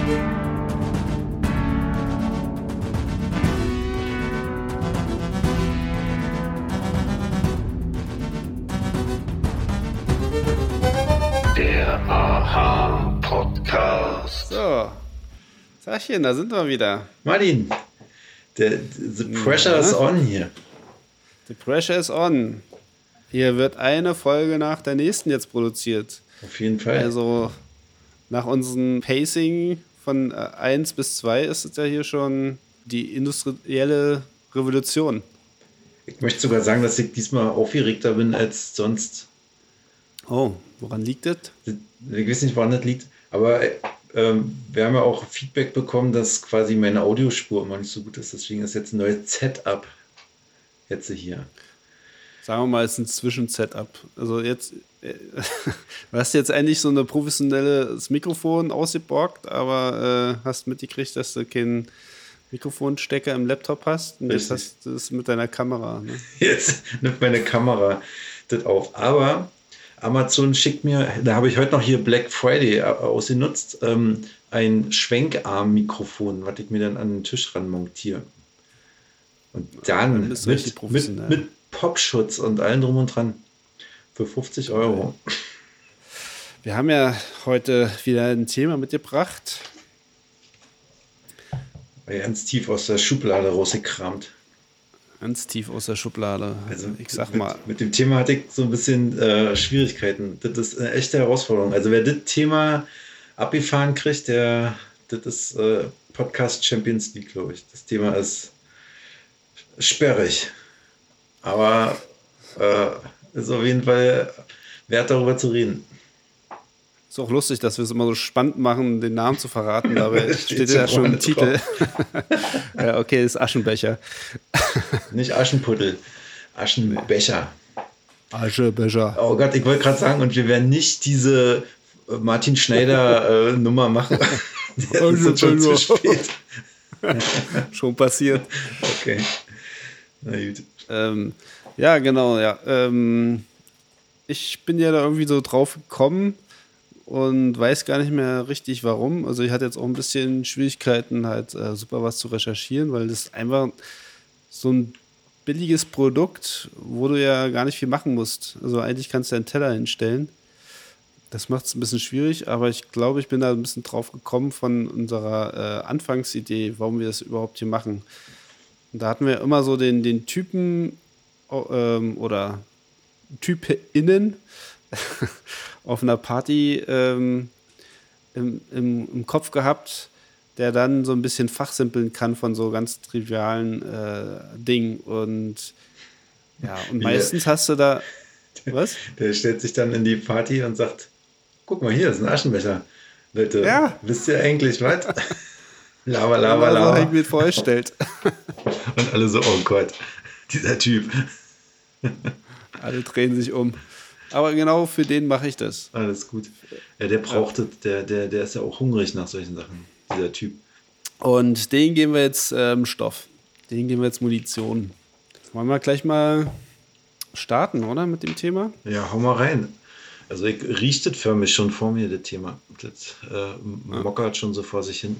Der Aha-Podcast. So, Sachchen, da sind wir wieder. Martin, the pressure is on hier. The pressure is on. Hier wird eine Folge nach der nächsten jetzt produziert. Auf jeden Fall. Also nach unserem Pacing von 1 bis 2 ist es ja hier schon die industrielle Revolution. Ich möchte sogar sagen, dass ich diesmal aufgeregter bin als sonst. Oh, woran liegt das? Ich weiß nicht, woran das liegt, aber wir haben ja auch Feedback bekommen, dass quasi meine Audiospur immer nicht so gut ist. Deswegen ist jetzt ein neues Setup jetzt hier. Sagen wir mal, es ist ein Zwischensetup. Also jetzt, du hast jetzt eigentlich so ein professionelles Mikrofon ausgeborgt, aber hast mitgekriegt, dass du keinen Mikrofonstecker im Laptop hast. Und jetzt hast du es mit deiner Kamera. Ne? Jetzt nimmt meine Kamera das auf. Aber Amazon schickt mir, da habe ich heute noch hier Black Friday ausgenutzt, ein Schwenkarm-Mikrofon, was ich mir dann an den Tisch ran montiere. Und dann mit Popschutz und allem drum und dran für 50 €. Wir haben ja heute wieder ein Thema mitgebracht. Ganz tief aus der Schublade rausgekramt. Ganz tief aus der Schublade. Also ich sag mal. Mit dem Thema hatte ich so ein bisschen Schwierigkeiten. Das ist eine echte Herausforderung. Also wer das Thema abgefahren kriegt, das ist Podcast Champions League, glaube ich. Das Thema ist sperrig. Aber ist auf jeden Fall wert, darüber zu reden. Ist auch lustig, dass wir es immer so spannend machen, den Namen zu verraten. Dabei steht ja schon im Titel. Ja, okay, ist Aschenbecher. Nicht Aschenputtel, Aschenbecher. Aschenbecher. Oh Gott, ich wollte gerade sagen, und wir werden nicht diese Martin Schneider Nummer machen. Das ist schon zu spät. Schon passiert. Okay. Na gut. Ja, genau, ja. Ich bin ja da irgendwie so drauf gekommen und weiß gar nicht mehr richtig warum. Also ich hatte jetzt auch ein bisschen Schwierigkeiten, halt super was zu recherchieren, weil das einfach so ein billiges Produkt, wo du ja gar nicht viel machen musst. Also eigentlich kannst du einen Teller hinstellen. Das macht es ein bisschen schwierig, aber ich glaube, ich bin da ein bisschen drauf gekommen von unserer Anfangsidee, warum wir das überhaupt hier machen. Und da hatten wir immer so den Typen oder TypInnen auf einer Party im Kopf gehabt, der dann so ein bisschen fachsimpeln kann von so ganz trivialen Dingen. Und ja, und meistens hast du da. Was? Der stellt sich dann in die Party und sagt: Guck mal, hier ist ein Aschenbecher. Leute, ja. Wisst ihr eigentlich was? Lava, lava, lava. lava. So habe ich mir vorgestellt. Und alle so: Oh Gott, dieser Typ. Alle drehen sich um. Aber genau für den mache ich das. Alles gut. Ja, der braucht es, der ist ja auch hungrig nach solchen Sachen, dieser Typ. Und den geben wir jetzt Stoff. Den geben wir jetzt Munition. Wollen wir gleich mal starten, oder? Mit dem Thema? Ja, hau mal rein. Also ich rieche das förmlich schon vor mir, das Thema. Das mockert schon so vor sich hin.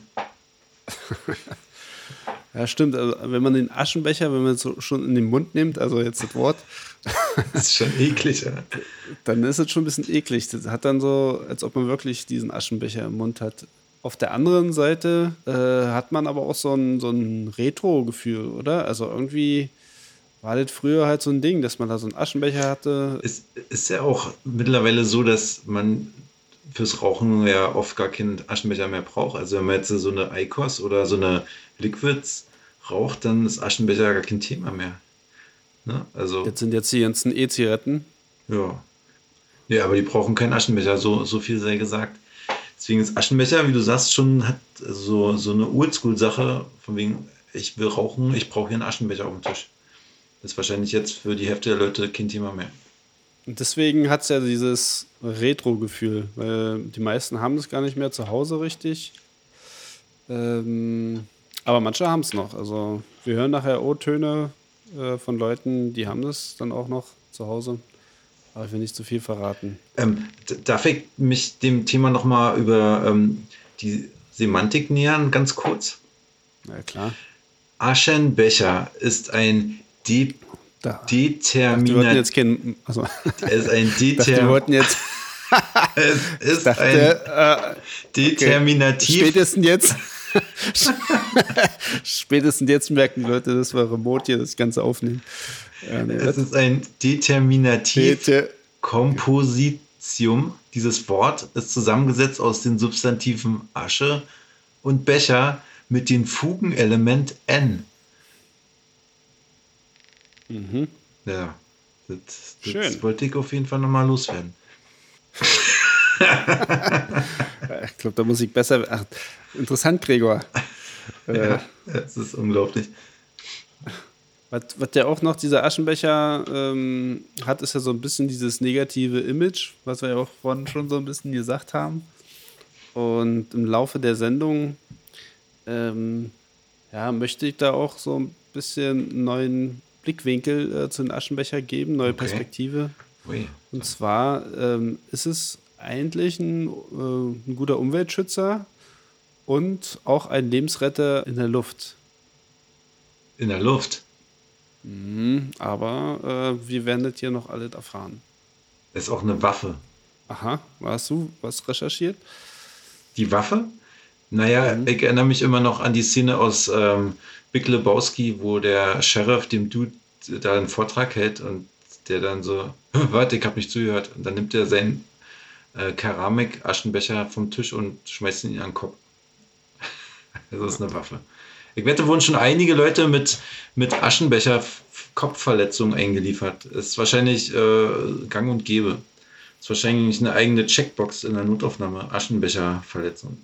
Ja, stimmt. Also, wenn man den Aschenbecher, wenn man es so schon in den Mund nimmt, also jetzt das Wort. Das ist schon eklig, ja. Dann ist es schon ein bisschen eklig. Das hat dann so, als ob man wirklich diesen Aschenbecher im Mund hat. Auf der anderen Seite hat man aber auch so ein Retro-Gefühl, oder? Also irgendwie war das früher halt so ein Ding, dass man da so einen Aschenbecher hatte. Ist ja auch mittlerweile so, dass man fürs Rauchen ja oft gar keinen Aschenbecher mehr braucht. Also wenn man jetzt so eine IQOS oder so eine Liquids raucht, dann ist Aschenbecher gar kein Thema mehr. Ne? Also, jetzt sind die ganzen E-Zigaretten. Ja. Ja, aber die brauchen keinen Aschenbecher, so viel sei gesagt. Deswegen ist Aschenbecher, wie du sagst, schon hat so eine Oldschool-Sache, von wegen, ich will rauchen, ich brauche hier einen Aschenbecher auf dem Tisch. Das ist wahrscheinlich jetzt für die Hälfte der Leute kein Thema mehr. Und deswegen hat es ja dieses Retro-Gefühl, weil die meisten haben das gar nicht mehr zu Hause richtig. Aber manche haben es noch. Also wir hören nachher O-Töne von Leuten, die haben das dann auch noch zu Hause. Aber ich will nicht zu viel verraten. Darf ich mich dem Thema nochmal über die Semantik nähern, ganz kurz. Ja, klar. Aschenbecher ist ein Wir wollten jetzt keinen. Also, es ist ein wir wollten jetzt. es ist ein Determinativ. Okay. Spätestens jetzt merken die Leute, dass wir remote hier das Ganze aufnehmen. Es ist ein Determinativ-Kompositium. Dieses Wort ist zusammengesetzt aus den Substantiven Asche und Becher mit dem Fugenelement N. Mhm. Ja, das Schön. wollte ich auf jeden Fall nochmal loswerden. Ich glaube, da muss ich besser. Ach, interessant, Gregor. Ja, das ist unglaublich. Was ja auch noch dieser Aschenbecher hat, ist ja so ein bisschen dieses negative Image, was wir ja auch vorhin schon so ein bisschen gesagt haben. Und im Laufe der Sendung möchte ich da auch so ein bisschen einen neuen Blickwinkel zu den Aschenbecher geben, neue Perspektive. Ui. Und zwar ist es eigentlich ein guter Umweltschützer und auch ein Lebensretter in der Luft. In der Luft? Aber wir werden das hier noch alle erfahren. Das ist auch eine Waffe. Aha, hast du was recherchiert? Die Waffe? Naja, ich erinnere mich immer noch an die Szene aus Big Lebowski, wo der Sheriff dem Dude da einen Vortrag hält und der dann so, warte, ich habe nicht zugehört. Und dann nimmt er seinen Keramik-Aschenbecher vom Tisch und schmeißt ihn in den Kopf. Das ist eine Waffe. Ich wette, wurden schon einige Leute mit Aschenbecher Kopfverletzungen eingeliefert. Ist wahrscheinlich gang und gäbe. Ist wahrscheinlich eine eigene Checkbox in der Notaufnahme. Aschenbecherverletzung.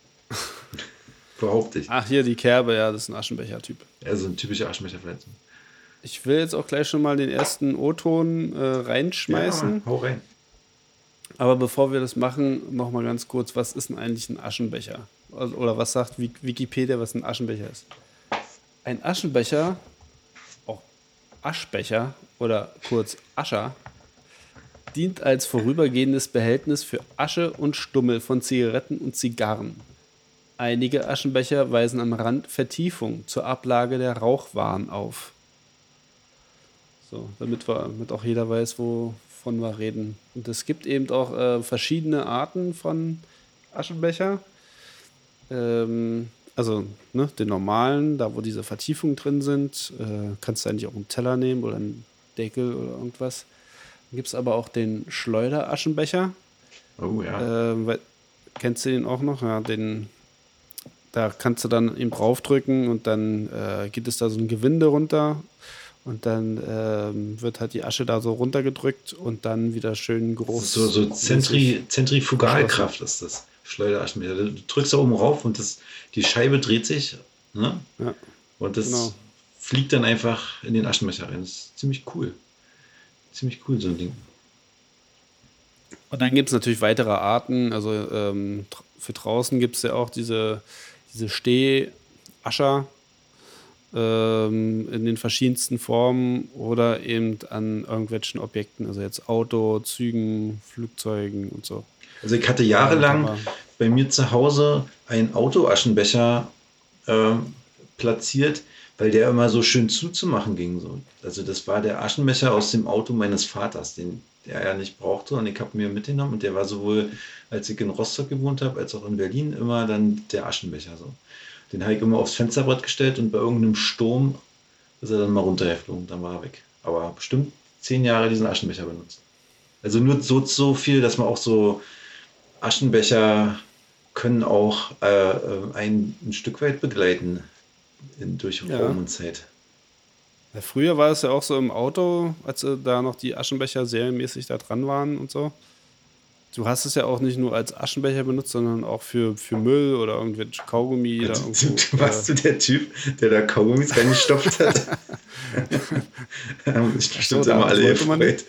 Behaupte ich. Ach, hier die Kerbe, ja, das ist ein Aschenbecher-Typ. Also eine typische Aschenbecherverletzung. Ich will jetzt auch gleich schon mal den ersten O-Ton reinschmeißen. Ja, hau rein. Aber bevor wir das machen, noch mal ganz kurz, was ist denn eigentlich ein Aschenbecher? Oder was sagt Wikipedia, was ein Aschenbecher ist? Ein Aschenbecher, auch Aschbecher oder kurz Ascher, dient als vorübergehendes Behältnis für Asche und Stummel von Zigaretten und Zigarren. Einige Aschenbecher weisen am Rand Vertiefung zur Ablage der Rauchwaren auf. So, damit auch jeder weiß, wovon wir reden. Und es gibt eben auch verschiedene Arten von Aschenbecher. Den normalen, da wo diese Vertiefungen drin sind, kannst du eigentlich auch einen Teller nehmen oder einen Deckel oder irgendwas. Dann gibt es aber auch den Schleuderaschenbecher. Oh ja. Kennst du den auch noch? Ja, da kannst du dann eben draufdrücken und dann geht es da so ein Gewinde runter und dann wird halt die Asche da so runtergedrückt und dann wieder schön groß. So Zentrifugalkraft ist das. Schleuderaschenbecher. Du drückst da oben rauf und die Scheibe dreht sich, ne? Ja, und das fliegt dann einfach in den Aschenbecher rein. Das ist ziemlich cool. Ziemlich cool, so ein Ding. Und dann gibt es natürlich weitere Arten. Also für draußen gibt es ja auch diese Stehascher in den verschiedensten Formen oder eben an irgendwelchen Objekten. Also jetzt Auto, Zügen, Flugzeugen und so. Also ich hatte jahrelang bei mir zu Hause einen Autoaschenbecher platziert, weil der immer so schön zuzumachen ging. So. Also das war der Aschenbecher aus dem Auto meines Vaters, den der ja nicht brauchte. Und ich habe mir mitgenommen und der war sowohl, als ich in Rostock gewohnt habe, als auch in Berlin immer dann der Aschenbecher. So. Den habe ich immer aufs Fensterbrett gestellt und bei irgendeinem Sturm ist er dann mal runtergeflogen. Dann war er weg. Aber bestimmt 10 Jahre diesen Aschenbecher benutzt. Also nur so viel, dass man auch so Aschenbecher können auch ein Stück weit begleiten durch Raum und Zeit. Ja, früher war es ja auch so im Auto, als da noch die Aschenbecher serienmäßig da dran waren und so. Du hast es ja auch nicht nur als Aschenbecher benutzt, sondern auch für Müll oder irgendwelche Kaugummi. Warst du der Typ, der da Kaugummis reingestopft hat? Ich bestimmt immer alle gefreut.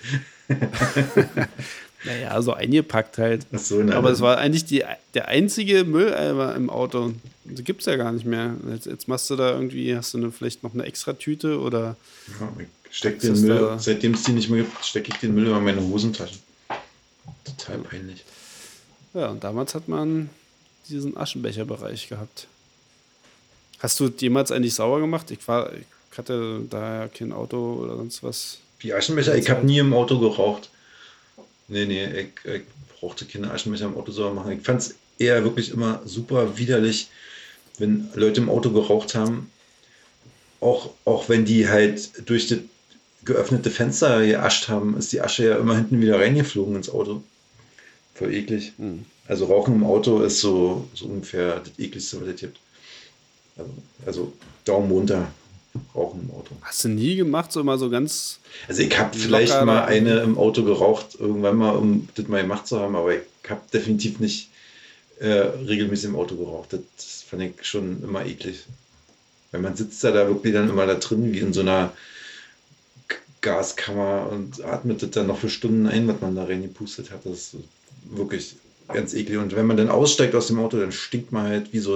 Naja, so eingepackt halt. Ach so, aber es war eigentlich der einzige Mülleimer im Auto. Das gibt es ja gar nicht mehr. Jetzt machst du da irgendwie, hast du vielleicht noch eine extra Tüte oder. Ja, ich steck den Müll, seitdem es die nicht mehr gibt, stecke ich den Müll in meine Hosentasche. Total peinlich. Ja, und damals hat man diesen Aschenbecherbereich gehabt. Hast du jemals eigentlich sauber gemacht? Ich hatte da kein Auto oder sonst was. Die Aschenbecher, ich habe nie im Auto geraucht. Nee, ich brauchte keine Aschenbecher im Auto sauber machen. Ich fand es eher wirklich immer super widerlich, wenn Leute im Auto geraucht haben. Auch wenn die halt durch das geöffnete Fenster geascht haben, ist die Asche ja immer hinten wieder reingeflogen ins Auto. Voll eklig. Also Rauchen im Auto ist so ungefähr das ekligste, was es gibt. Also Daumen runter, Rauchen im Auto. Hast du nie gemacht, so mal so ganz. Also ich habe vielleicht mal eine im Auto geraucht, irgendwann mal, um das mal gemacht zu haben, aber ich habe definitiv nicht regelmäßig im Auto geraucht. Das fand ich schon immer eklig. Weil man sitzt da wirklich dann immer da drin, wie in so einer Gaskammer und atmet das dann noch für Stunden ein, was man da reingepustet hat. Das ist wirklich ganz eklig. Und wenn man dann aussteigt aus dem Auto, dann stinkt man halt wie so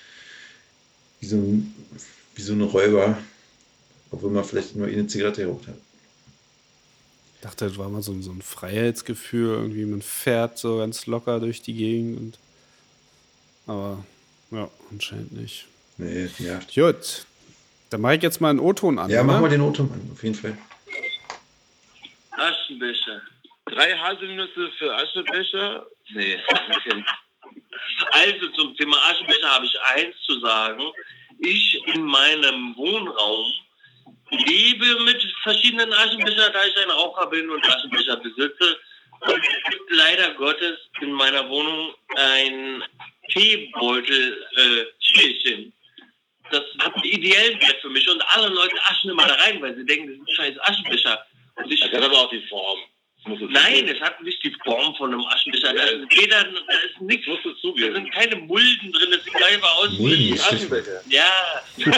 ein Räuber, obwohl man vielleicht nur eine Zigarette geraucht hat. Ich dachte, das war mal so ein Freiheitsgefühl, irgendwie man fährt so ganz locker durch die Gegend. Aber ja, anscheinend nicht. Nee, ja. Gut, dann mache ich jetzt mal einen O-Ton an. Ja, oder? mach mal den O-Ton an, auf jeden Fall. Aschenbecher. 3 Haselnüsse für Aschenbecher? Nee. Also zum Thema Aschenbecher habe ich eins zu sagen. Ich in meinem Wohnraum lebe mit verschiedenen Aschenbechern, da ich ein Raucher bin und Aschenbecher besitze. Und es gibt leider Gottes in meiner Wohnung ein Teebeutel-Tierchen. Das hat einen ideellen Wert für mich und alle Leute aschen immer da rein, weil sie denken, das ist ein scheiß Aschenbecher. Und das hat aber auch die Form. Nein, es hat nicht die Form von einem Aschenbecher. Da ist nichts. Da sind keine Mulden drin, das sieht einfach aus wie ein Aschenbecher. Ja.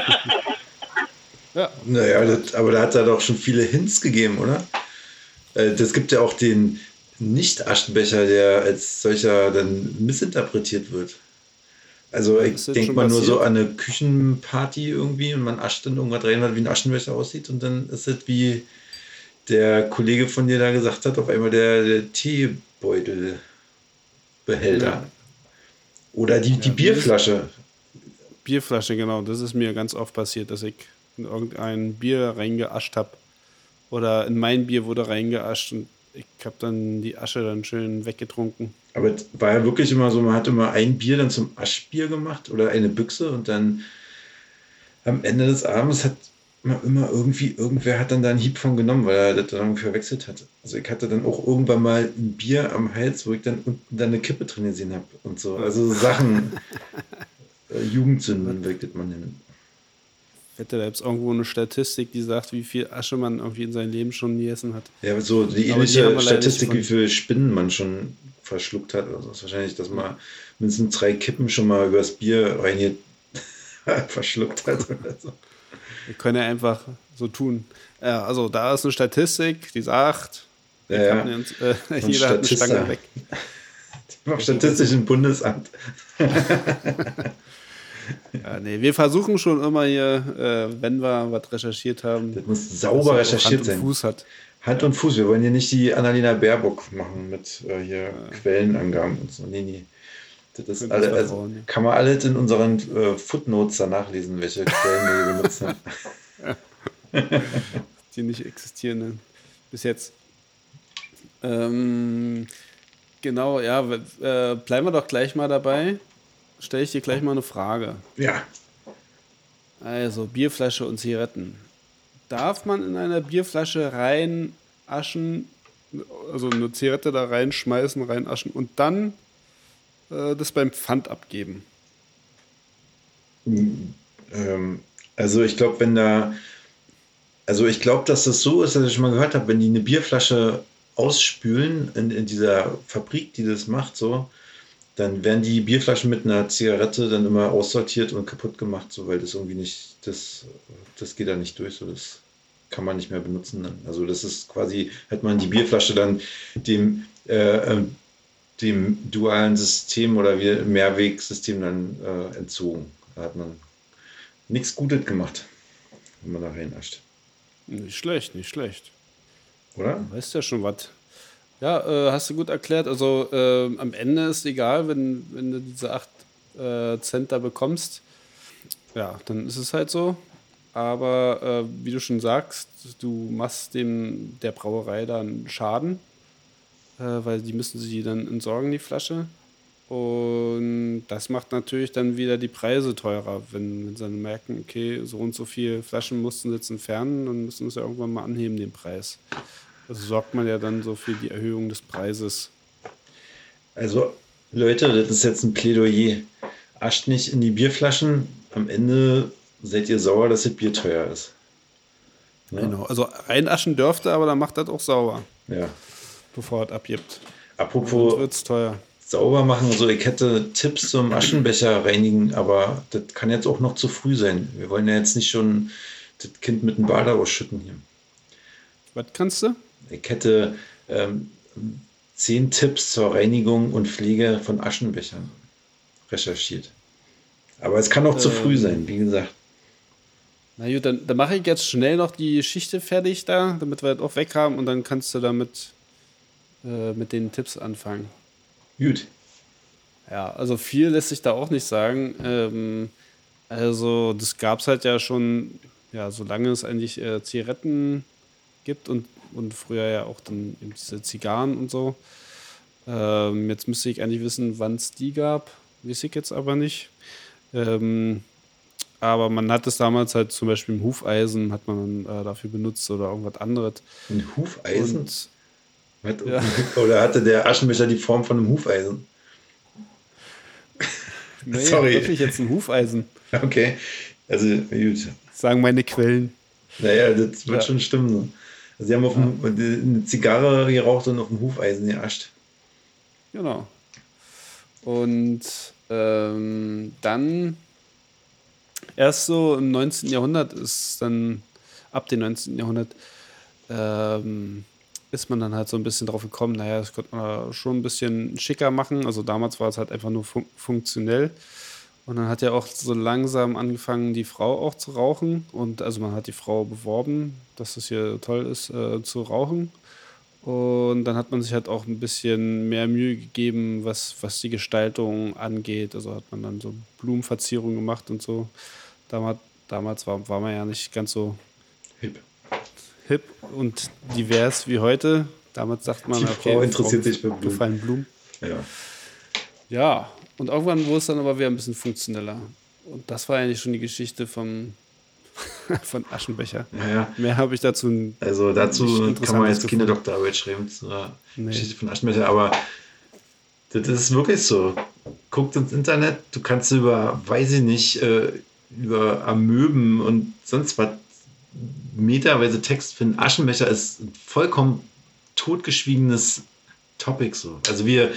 Ja. Naja, aber da hat er doch schon viele Hints gegeben, oder? Das gibt ja auch den Nicht-Aschenbecher, der als solcher dann missinterpretiert wird. Also ich denke mal nur so an eine Küchenparty irgendwie und man ascht dann irgendwas rein, wie ein Aschenbecher aussieht und dann ist es wie der Kollege von dir da gesagt hat, auf einmal der Teebeutelbehälter. Ja. Oder die Bierflasche. Bierflasche, genau. Das ist mir ganz oft passiert, dass ich in irgendein Bier reingeascht habe. Oder in mein Bier wurde reingeascht und ich habe dann die Asche dann schön weggetrunken. Aber es war ja wirklich immer so, man hat immer ein Bier dann zum Aschbier gemacht oder eine Büchse und dann am Ende des Abends hat man immer irgendwer hat dann da einen Hieb von genommen, weil er das dann irgendwie verwechselt hat. Also ich hatte dann auch irgendwann mal ein Bier am Hals, wo ich dann unten dann eine Kippe drin gesehen habe und so. Also Sachen, Jugendsünden wirkt man nennen. Hätte da jetzt irgendwo eine Statistik, die sagt, wie viel Asche man irgendwie in seinem Leben schon gegessen hat. Ja, so die ähnliche Statistik, wie viele Spinnen man schon verschluckt hat. Also das ist wahrscheinlich, dass man mindestens 3 Kippen schon mal übers Bier rein verschluckt hat oder so. Wir können ja einfach so tun. Ja, also da ist eine Statistik, die sagt, jeder hat eine Stange weg. Vom Statistischen Bundesamt. Ja, nee, wir versuchen schon immer hier, wenn wir was recherchiert haben. Das muss sauber recherchiert sein. Hand und Fuß hat. Hand und Fuß. Wir wollen hier nicht die Annalena Baerbock machen mit hier Quellenangaben und so. Nee. Das ist alle, also kann man alles in unseren Footnotes danach lesen, welche Quellen wir benutzt haben. Die nicht existieren, ne? Bis jetzt. Genau, ja, bleiben wir doch gleich mal dabei. Stelle ich dir gleich mal eine Frage. Ja. Also, Bierflasche und Zigaretten. Darf man in einer Bierflasche reinaschen, also eine Zigarette da reinschmeißen, reinaschen und dann das beim Pfand abgeben? Also ich glaube, dass das so ist, dass ich schon mal gehört habe, wenn die eine Bierflasche ausspülen in dieser Fabrik, die das macht, so, dann werden die Bierflaschen mit einer Zigarette dann immer aussortiert und kaputt gemacht, so, weil das irgendwie nicht, das geht da nicht durch, so, das kann man nicht mehr benutzen dann. Also das ist quasi, hat man die Bierflasche dann dem dualen System oder Mehrwegsystem dann entzogen. Da hat man nichts Gutes gemacht, wenn man da reinascht. Nicht schlecht. Oder? Du weißt ja schon was. Ja, hast du gut erklärt. Also am Ende ist egal, wenn du diese 8 Cent da bekommst, ja, dann ist es halt so. Aber wie du schon sagst, du machst der Brauerei dann Schaden, weil die müssen sie dann entsorgen, die Flasche. Und das macht natürlich dann wieder die Preise teurer, wenn sie dann merken, okay, so und so viele Flaschen mussten sie jetzt entfernen, dann müssen sie irgendwann mal anheben, den Preis. Also sorgt man ja dann so für die Erhöhung des Preises. Also, Leute, das ist jetzt ein Plädoyer. Ascht nicht in die Bierflaschen. Am Ende seid ihr sauer, dass das Bier teuer ist. Ja? Genau, also reinäschen dürfte, aber dann macht das auch sauber. Ja. Bevor es abgibt. Apropos sonst wird's teuer. Sauber machen, so ich hätte Tipps zum Aschenbecher reinigen, aber das kann jetzt auch noch zu früh sein. Wir wollen ja jetzt nicht schon das Kind mit dem Bade ausschütten hier. Was kannst du? Ich hätte 10 Tipps zur Reinigung und Pflege von Aschenbechern recherchiert. Aber es kann auch zu früh sein, wie gesagt. Na gut, dann mache ich jetzt schnell noch die Geschichte fertig da, damit wir das auch weg haben und dann kannst du damit mit den Tipps anfangen. Gut. Ja, also viel lässt sich da auch nicht sagen. Also das gab es halt ja schon, ja, solange es eigentlich Zigaretten gibt und früher ja auch dann eben diese Zigarren und so. Jetzt müsste ich eigentlich wissen, wann es die gab. Weiß ich jetzt aber nicht. Aber man hat es damals halt zum Beispiel im Hufeisen hat man dafür benutzt oder irgendwas anderes. Ein Hufeisen? Ja. Oder hatte der Aschenbecher die Form von einem Hufeisen? Nee, sorry. Wirklich jetzt ein Hufeisen. Okay, also gut. Sagen meine Quellen. Naja, das wird schon stimmen. Also sie haben eine Zigarre geraucht und auf dem Hufeisen geascht. Genau. Und dann erst so im 19. Jahrhundert ist dann, ab dem 19. Jahrhundert, ist man dann halt so ein bisschen drauf gekommen, naja, das könnte man schon ein bisschen schicker machen. Also damals war es halt einfach nur funktionell. Und dann hat ja auch so langsam angefangen, die Frau auch zu rauchen. Und also man hat die Frau beworben, dass es hier toll ist, zu rauchen. Und dann hat man sich halt auch ein bisschen mehr Mühe gegeben, was die Gestaltung angeht. Also hat man dann so Blumenverzierungen gemacht und so. Damals war man ja nicht ganz so hip und divers wie heute. Damals sagt man, die Frau interessiert sich für Blumen. Gefallen Blumen. Ja, und irgendwann wurde es dann aber wieder ein bisschen funktioneller. Und das war eigentlich schon die Geschichte von Aschenbecher. Ja. Mehr habe ich dazu. Also dazu kann man jetzt keine Doktorarbeit schreiben zur Geschichte von Aschenbecher, aber das ist wirklich so. Guckt ins Internet, du kannst über, weiß ich nicht, über Amöben und sonst was meterweise Text finden. Aschenbecher ist ein vollkommen totgeschwiegenes Topic so. Also wir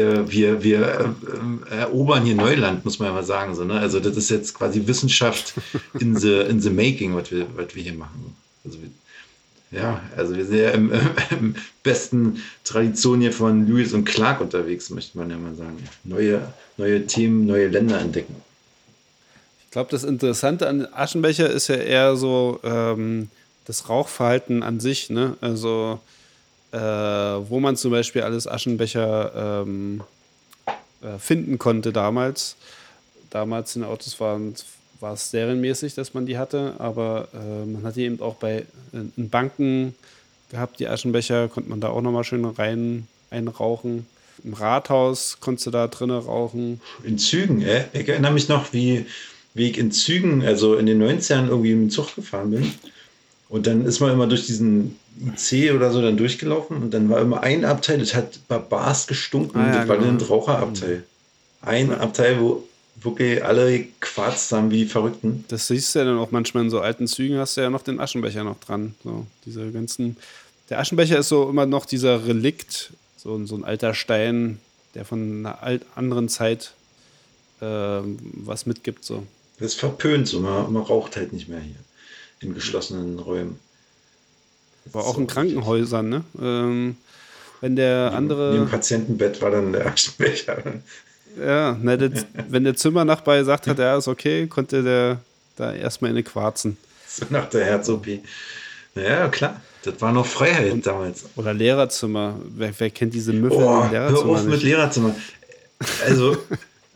erobern hier Neuland, muss man ja mal sagen. So, ne? Also das ist jetzt quasi Wissenschaft in the making, was wir hier machen. Also wir sind ja im besten Tradition hier von Lewis und Clark unterwegs, möchte man ja mal sagen. Neue Themen, neue Länder entdecken. Ich glaube, das Interessante an Aschenbecher ist ja eher so das Rauchverhalten an sich, ne? Also wo man zum Beispiel alles Aschenbecher finden konnte damals. Damals in den Autos war es serienmäßig, dass man die hatte, aber man hat die eben auch in Banken gehabt, die Aschenbecher, konnte man da auch nochmal schön einrauchen. Im Rathaus konntest du da drinnen rauchen. In Zügen, ich erinnere mich noch, wie ich in Zügen, also in den 90ern irgendwie im Zug gefahren bin. Und dann ist man immer durch diesen IC oder so dann durchgelaufen und dann war immer ein Abteil, das hat Bars gestunken, das war ein Raucherabteil. Ein Abteil, wo wirklich alle gequarzt haben wie die Verrückten. Das siehst du ja dann auch manchmal in so alten Zügen, hast du ja noch den Aschenbecher noch dran. So, der Aschenbecher ist so immer noch dieser Relikt, so ein alter Stein, der von einer anderen Zeit was mitgibt. So. Das ist verpönt so, man raucht halt nicht mehr hier in geschlossenen Räumen. Aber auch in Krankenhäusern, ne? Wenn der andere... Neben Patientenbett war dann der Aschenbecher. Ja, wenn der Zimmernachbar gesagt hat, ja, ist okay, konnte der da erstmal inne quarzen. So nach der Herz-OP. Ja, klar. Das war noch Freiheit damals. Oder Lehrerzimmer. Wer kennt diese Müffel im Lehrerzimmer? Hör auf mit Lehrerzimmer. Also,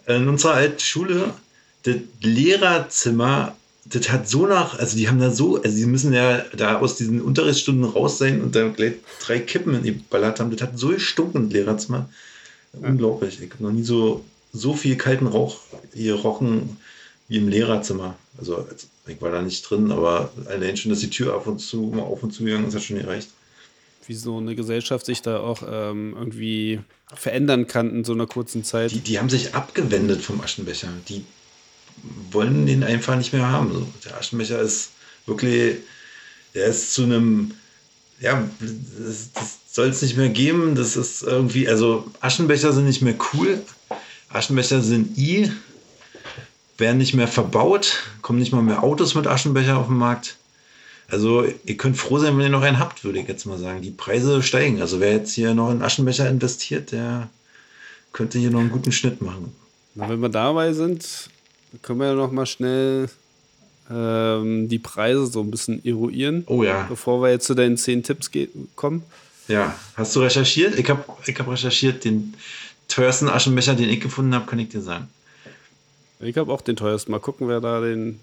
in unserer alten Schule, das Lehrerzimmer, das hat so also die haben da so, also die müssen ja da aus diesen Unterrichtsstunden raus sein und da gleich 3 Kippen in die Ballert haben. Das hat so gestunken, das Lehrerzimmer. Unglaublich. Ich habe noch nie so viel kalten Rauch gerochen wie im Lehrerzimmer. Also ich war da nicht drin, aber allein schon, dass die Tür auf und zu gegangen ist, hat schon gereicht. Wie so eine Gesellschaft sich da auch irgendwie verändern kann in so einer kurzen Zeit. Die haben sich abgewendet vom Aschenbecher. Die wollen den einfach nicht mehr haben. So, der Aschenbecher ist wirklich, der ist zu einem, ja, das soll es nicht mehr geben. Das ist irgendwie, also Aschenbecher sind nicht mehr cool. Aschenbecher sind werden nicht mehr verbaut, kommen nicht mal mehr Autos mit Aschenbecher auf den Markt. Also ihr könnt froh sein, wenn ihr noch einen habt, würde ich jetzt mal sagen. Die Preise steigen. Also wer jetzt hier noch in Aschenbecher investiert, der könnte hier noch einen guten Schnitt machen. Na, wenn wir dabei sind, können wir ja noch mal schnell die Preise so ein bisschen eruieren. Oh ja. Bevor wir jetzt zu deinen 10 Tipps kommen. Ja, hast du recherchiert? Ich hab recherchiert, den teuersten Aschenbecher, den ich gefunden habe, kann ich dir sagen. Ich habe auch den teuersten. Mal gucken, wer da den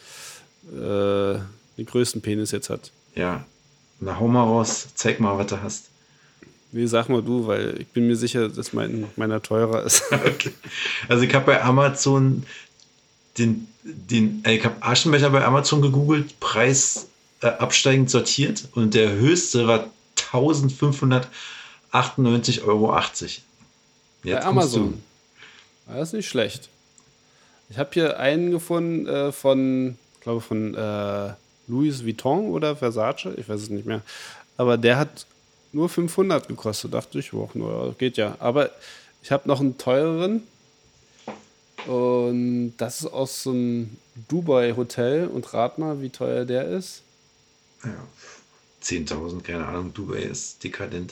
größten Penis jetzt hat. Ja, na hau mal raus, zeig mal, was du hast. Nee, sag mal du, weil ich bin mir sicher, dass meiner teurer ist. Okay. Also ich habe bei Amazon ich habe Aschenbecher bei Amazon gegoogelt, Preis absteigend sortiert und der höchste war 1.598,80 € Jetzt bei Amazon. Das ist nicht schlecht. Ich habe hier einen gefunden von Louis Vuitton oder Versace, ich weiß es nicht mehr. Aber der hat nur 500 gekostet, dachte ich, geht ja. Aber ich habe noch einen teureren und das ist aus so einem Dubai-Hotel und rat mal, wie teuer der ist. Ja, 10.000, keine Ahnung, Dubai ist dekadent.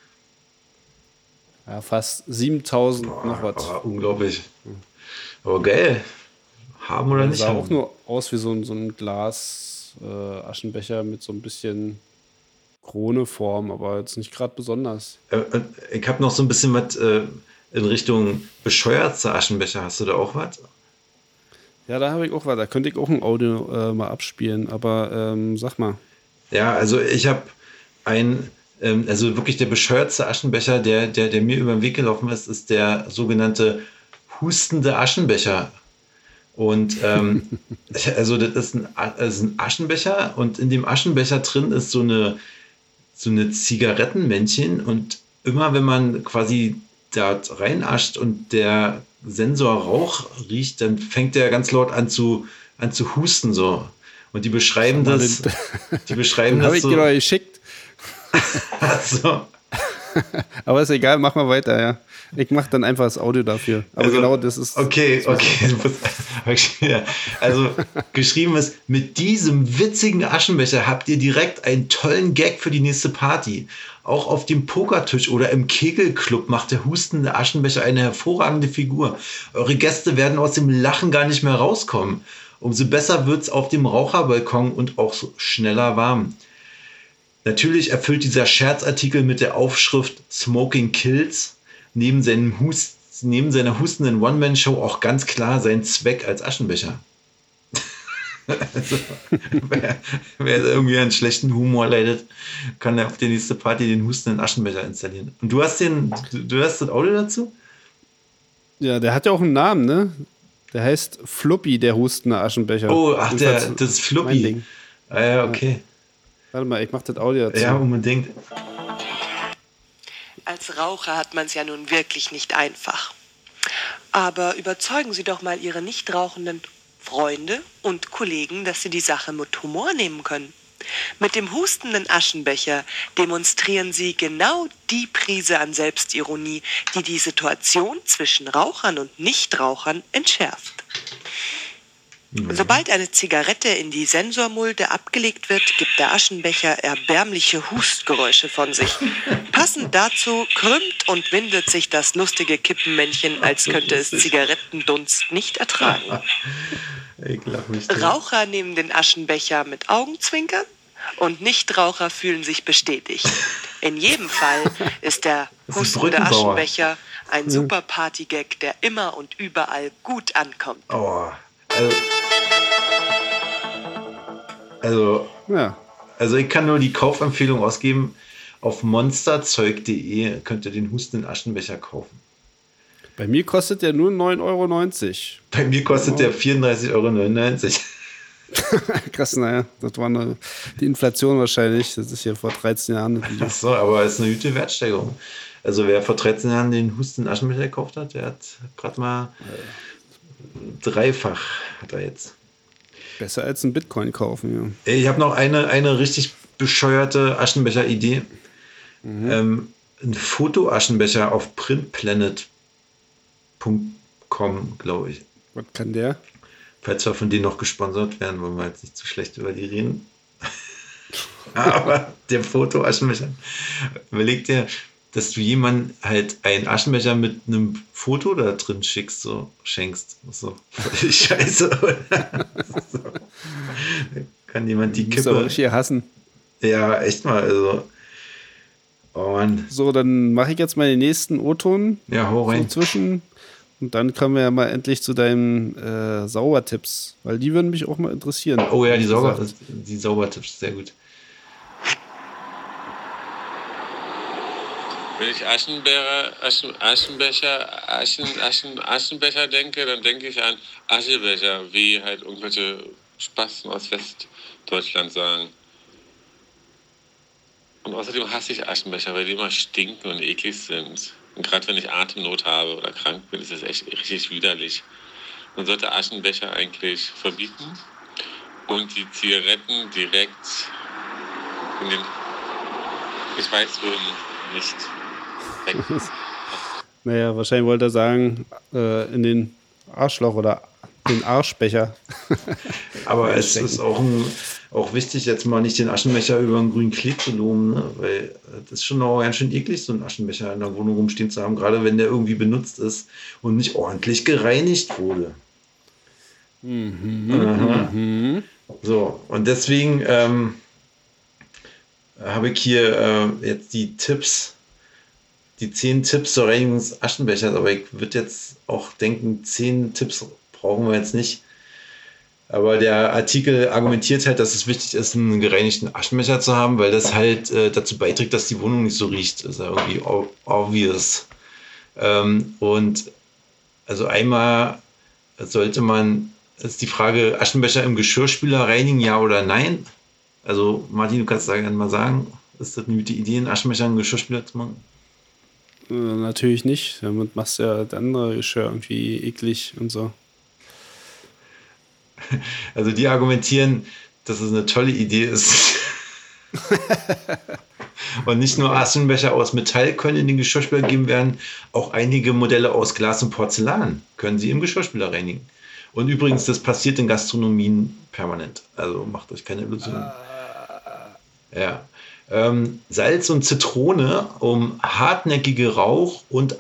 Ja, fast 7.000 noch was. Unglaublich. Aber geil. Haben oder nicht haben. haben. Sah auch nur aus wie so ein Glas Aschenbecher mit so ein bisschen Kroneform, aber jetzt nicht gerade besonders. Ich habe noch so ein bisschen was in Richtung bescheuerter Aschenbecher. Hast du da auch was? Ja, da habe ich auch was. Da könnte ich auch ein Audio mal abspielen, aber sag mal. Ja, also ich habe also wirklich der bescheuertste Aschenbecher, der mir über den Weg gelaufen ist der sogenannte hustende Aschenbecher. Und also das ist ein Aschenbecher und in dem Aschenbecher drin ist so eine Zigarettenmännchen und immer wenn man quasi da reinascht und der Sensor Rauch riecht, dann fängt der ganz laut an zu husten so. Und die beschreiben das. Die beschreiben das. Habe ich dir doch geschickt. So. Aber ist egal, mach mal weiter, ja. Ich mache dann einfach das Audio dafür. Aber also, genau das ist. Okay. Also geschrieben ist, mit diesem witzigen Aschenbecher habt ihr direkt einen tollen Gag für die nächste Party. Auch auf dem Pokertisch oder im Kegelclub macht der hustende Aschenbecher eine hervorragende Figur. Eure Gäste werden aus dem Lachen gar nicht mehr rauskommen. Umso besser wird's auf dem Raucherbalkon und auch so schneller warm. Natürlich erfüllt dieser Scherzartikel mit der Aufschrift Smoking Kills neben seiner hustenden One-Man-Show auch ganz klar seinen Zweck als Aschenbecher. Also, wer irgendwie einen schlechten Humor leidet, kann auf die nächste Party den hustenden Aschenbecher installieren. Und du hast das Audio dazu? Ja, der hat ja auch einen Namen, ne? Der heißt Floppy, der hustende Aschenbecher. Oh, ach, das ist Floppy. Ah ja, okay. Ja. Warte mal, ich mach das Audio dazu. Ja, unbedingt. Als Raucher hat man es ja nun wirklich nicht einfach. Aber überzeugen Sie doch mal Ihre nicht rauchenden Freunde und Kollegen, dass sie die Sache mit Humor nehmen können. Mit dem hustenden Aschenbecher demonstrieren Sie genau die Prise an Selbstironie, die die Situation zwischen Rauchern und Nichtrauchern entschärft. Sobald eine Zigarette in die Sensormulde abgelegt wird, gibt der Aschenbecher erbärmliche Hustgeräusche von sich. Passend dazu krümmt und windet sich das lustige Kippenmännchen, als könnte es Zigarettendunst nicht ertragen. Raucher nehmen den Aschenbecher mit Augenzwinkern und Nichtraucher fühlen sich bestätigt. In jedem Fall ist der hustende Aschenbecher Ein super Partygag, der immer und überall gut ankommt. Oh, also ich kann nur die Kaufempfehlung ausgeben. Auf monsterzeug.de könnt ihr den hustenden Aschenbecher kaufen. Bei mir kostet der nur 9,90 Euro. Bei mir kostet der 34,99 Euro. Krass, naja, das war die Inflation wahrscheinlich. Das ist ja vor 13 Jahren. Ach so, aber es ist eine gute Wertsteigerung. Also wer vor 13 Jahren den hustenden Aschenbecher gekauft hat, der hat gerade mal dreifach hat er jetzt. Besser als ein Bitcoin kaufen, ja. Ich habe noch eine richtig bescheuerte Aschenbecher-Idee. Ein Fotoaschenbecher auf printplanet.com, glaube ich. Was kann der? Falls wir von denen noch gesponsert werden, wollen wir jetzt nicht zu schlecht über die reden. Aber der Fotoaschenbecher, überleg dir, dass du jemandem halt einen Aschenbecher mit einem Foto da drin schenkst. So völlig scheiße, oder? So. Kann jemand die Kippe... Du musst aber richtig hassen. Ja, echt mal, also... Oh Mann. So, dann mache ich jetzt mal den nächsten O-Ton. Ja, hau rein. So zwischen. Und dann kommen wir ja mal endlich zu deinen Saubertipps. Weil die würden mich auch mal interessieren. Oh ja, die Saubertipps, sehr gut. Wenn ich Aschenbecher denke, dann denke ich an Aschebecher, wie halt irgendwelche Spasten aus Westdeutschland sagen. Und außerdem hasse ich Aschenbecher, weil die immer stinken und eklig sind. Und gerade wenn ich Atemnot habe oder krank bin, ist das echt richtig widerlich. Man sollte Aschenbecher eigentlich verbieten und die Zigaretten direkt in den, ich weiß wohin, nicht weg. Naja, wahrscheinlich wollte er sagen, in den Arschloch oder den Arschbecher. Aber es ist auch wichtig, jetzt mal nicht den Aschenbecher über einen grünen Klee zu loben, ne? Weil das ist schon auch ganz schön eklig, so einen Aschenbecher in der Wohnung rumstehen zu haben, gerade wenn der irgendwie benutzt ist und nicht ordentlich gereinigt wurde. So, und deswegen habe ich hier jetzt die 10 Tipps zur Reinigung des Aschenbechers, aber ich würde jetzt auch denken, 10 Tipps brauchen wir jetzt nicht. Aber der Artikel argumentiert halt, dass es wichtig ist, einen gereinigten Aschenbecher zu haben, weil das halt dazu beiträgt, dass die Wohnung nicht so riecht. Das ist ja irgendwie obvious. Und also einmal sollte man, ist die Frage, Aschenbecher im Geschirrspüler reinigen, ja oder nein? Also Martin, du kannst da gerne mal sagen, ist das eine gute Idee, einen Aschenbecher im Geschirrspüler zu machen? Natürlich nicht. Damit machst du ja das andere Geschirr irgendwie eklig und so. Also die argumentieren, dass es eine tolle Idee ist. Und nicht nur Aschenbecher aus Metall können in den Geschirrspüler gegeben werden, auch einige Modelle aus Glas und Porzellan können sie im Geschirrspüler reinigen. Und übrigens, das passiert in Gastronomien permanent. Also macht euch keine Illusionen. Ja. Salz und Zitrone, um hartnäckige Rauch- und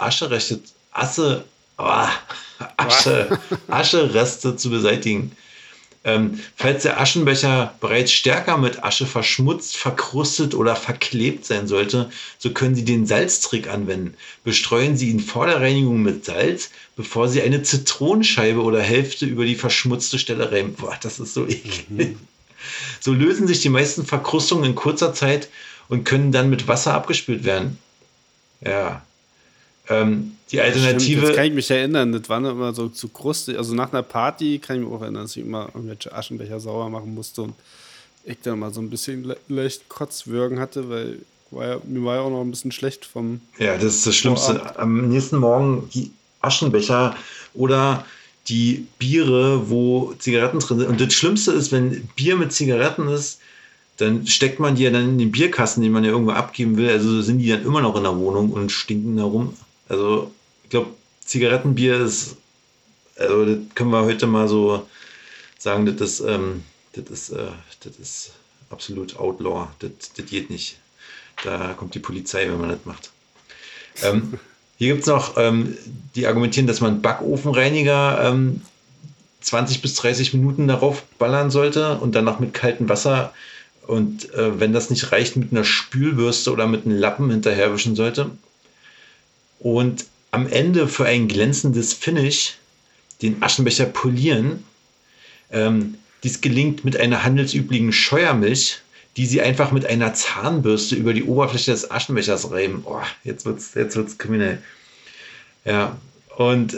Aschereste zu beseitigen. Falls der Aschenbecher bereits stärker mit Asche verschmutzt, verkrustet oder verklebt sein sollte, so können Sie den Salztrick anwenden. Bestreuen Sie ihn vor der Reinigung mit Salz, bevor Sie eine Zitronenscheibe oder Hälfte über die verschmutzte Stelle reiben. Boah, das ist so eklig. So lösen sich die meisten Verkrustungen in kurzer Zeit und können dann mit Wasser abgespült werden. Ja. Die Alternative... Stimmt, jetzt kann ich mich erinnern, das war immer so zu krustig. Also nach einer Party kann ich mich auch erinnern, dass ich immer irgendwelche Aschenbecher sauber machen musste und ich dann mal so ein bisschen leicht Kotzwürgen hatte, weil mir war ja auch noch ein bisschen schlecht vom... Ja, das ist das Schlimmste. Vorab. Am nächsten Morgen die Aschenbecher oder die Biere, wo Zigaretten drin sind. Und das Schlimmste ist, wenn Bier mit Zigaretten ist, dann steckt man die ja dann in den Bierkasten, den man ja irgendwo abgeben will. Also sind die dann immer noch in der Wohnung und stinken da rum. Also ich glaube, Zigarettenbier ist, also das können wir heute mal so sagen, das ist absolut Outlaw. Das geht nicht. Da kommt die Polizei, wenn man das macht. Hier gibt es noch, die argumentieren, dass man Backofenreiniger 20 bis 30 Minuten darauf ballern sollte und danach mit kaltem Wasser und wenn das nicht reicht, mit einer Spülbürste oder mit einem Lappen hinterherwischen sollte. Und am Ende für ein glänzendes Finish den Aschenbecher polieren. Dies gelingt mit einer handelsüblichen Scheuermilch, die sie einfach mit einer Zahnbürste über die Oberfläche des Aschenbechers reiben. Oh, jetzt wird's kriminell. Ja, und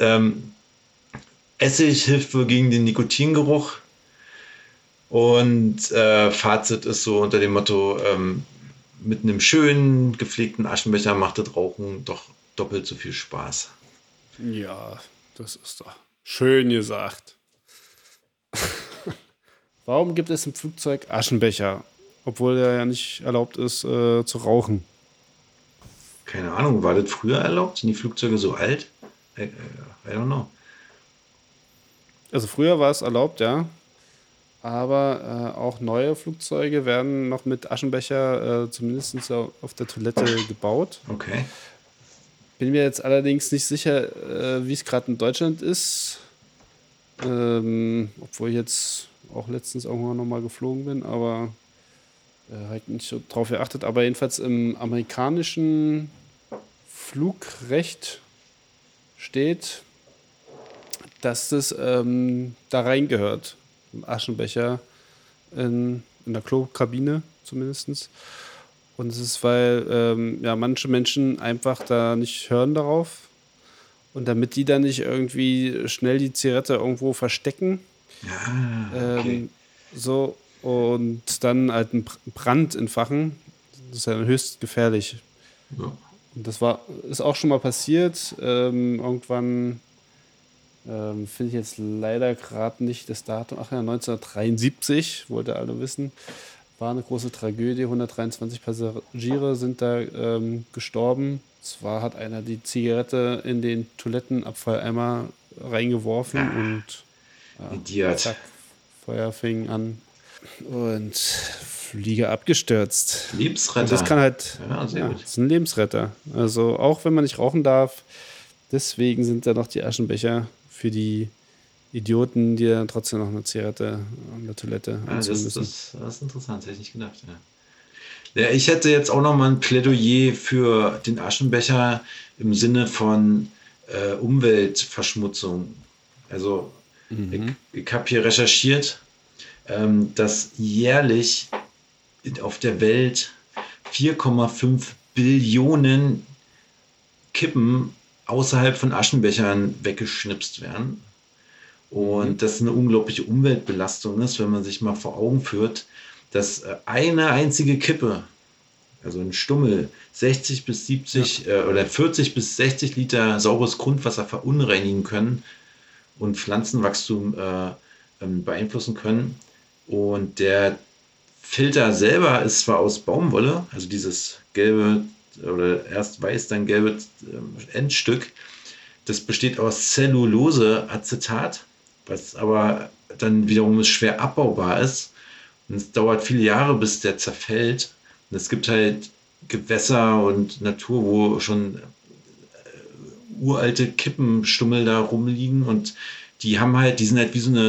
Essig hilft wohl gegen den Nikotingeruch. Und Fazit ist so unter dem Motto, mit einem schönen, gepflegten Aschenbecher macht das Rauchen doch doppelt so viel Spaß. Ja, das ist doch schön gesagt. Warum gibt es im Flugzeug Aschenbecher, obwohl der ja nicht erlaubt ist, zu rauchen? Keine Ahnung, war das früher erlaubt? Sind die Flugzeuge so alt? I don't know. Also früher war es erlaubt, ja. Aber auch neue Flugzeuge werden noch mit Aschenbecher zumindest auf der Toilette gebaut. Okay. Bin mir jetzt allerdings nicht sicher, wie es gerade in Deutschland ist. Obwohl ich jetzt auch letztens irgendwann nochmal geflogen bin, aber halt nicht so drauf geachtet. Aber jedenfalls im amerikanischen Flugrecht steht, dass das da reingehört. Ein Aschenbecher in der Klokabine zumindest. Und es ist, weil manche Menschen einfach da nicht hören darauf. Und damit die dann nicht irgendwie schnell die Zigarette irgendwo verstecken. Ja, okay. So, und dann halt einen Brand entfachen. Das ist ja höchst gefährlich. Ja. Und das ist auch schon mal passiert. Irgendwann finde ich jetzt leider gerade nicht das Datum. Ach ja, 1973, wollte alle wissen. War eine große Tragödie. 123 Passagiere sind da gestorben. Zwar hat einer die Zigarette in den Toilettenabfalleimer reingeworfen und Idiot. Zack, Feuer fing an und Flieger abgestürzt. Lebensretter. Und das kann halt, sehr gut. das ist ein Lebensretter. Also auch wenn man nicht rauchen darf, deswegen sind da noch die Aschenbecher für die Idioten, die dann trotzdem noch eine Zigarette an der Toilette anzünden müssen. Das ist interessant, das hätte ich nicht gedacht. Ja, ich hätte jetzt auch noch mal ein Plädoyer für den Aschenbecher im Sinne von Umweltverschmutzung. Also ich habe hier recherchiert, dass jährlich auf der Welt 4,5 Billionen Kippen außerhalb von Aschenbechern weggeschnipst werden. Und das eine unglaubliche Umweltbelastung ist, wenn man sich mal vor Augen führt, dass eine einzige Kippe, also ein Stummel, 60 bis 70 oder 40 bis 60 Liter saures Grundwasser verunreinigen können und Pflanzenwachstum beeinflussen können. Und der Filter selber ist zwar aus Baumwolle, also dieses gelbe oder erst weiß, dann gelbe Endstück, das besteht aus Zelluloseacetat, was aber dann wiederum schwer abbaubar ist. Und es dauert viele Jahre, bis der zerfällt. Und es gibt halt Gewässer und Natur, wo schon uralte Kippenstummel da rumliegen und die sind halt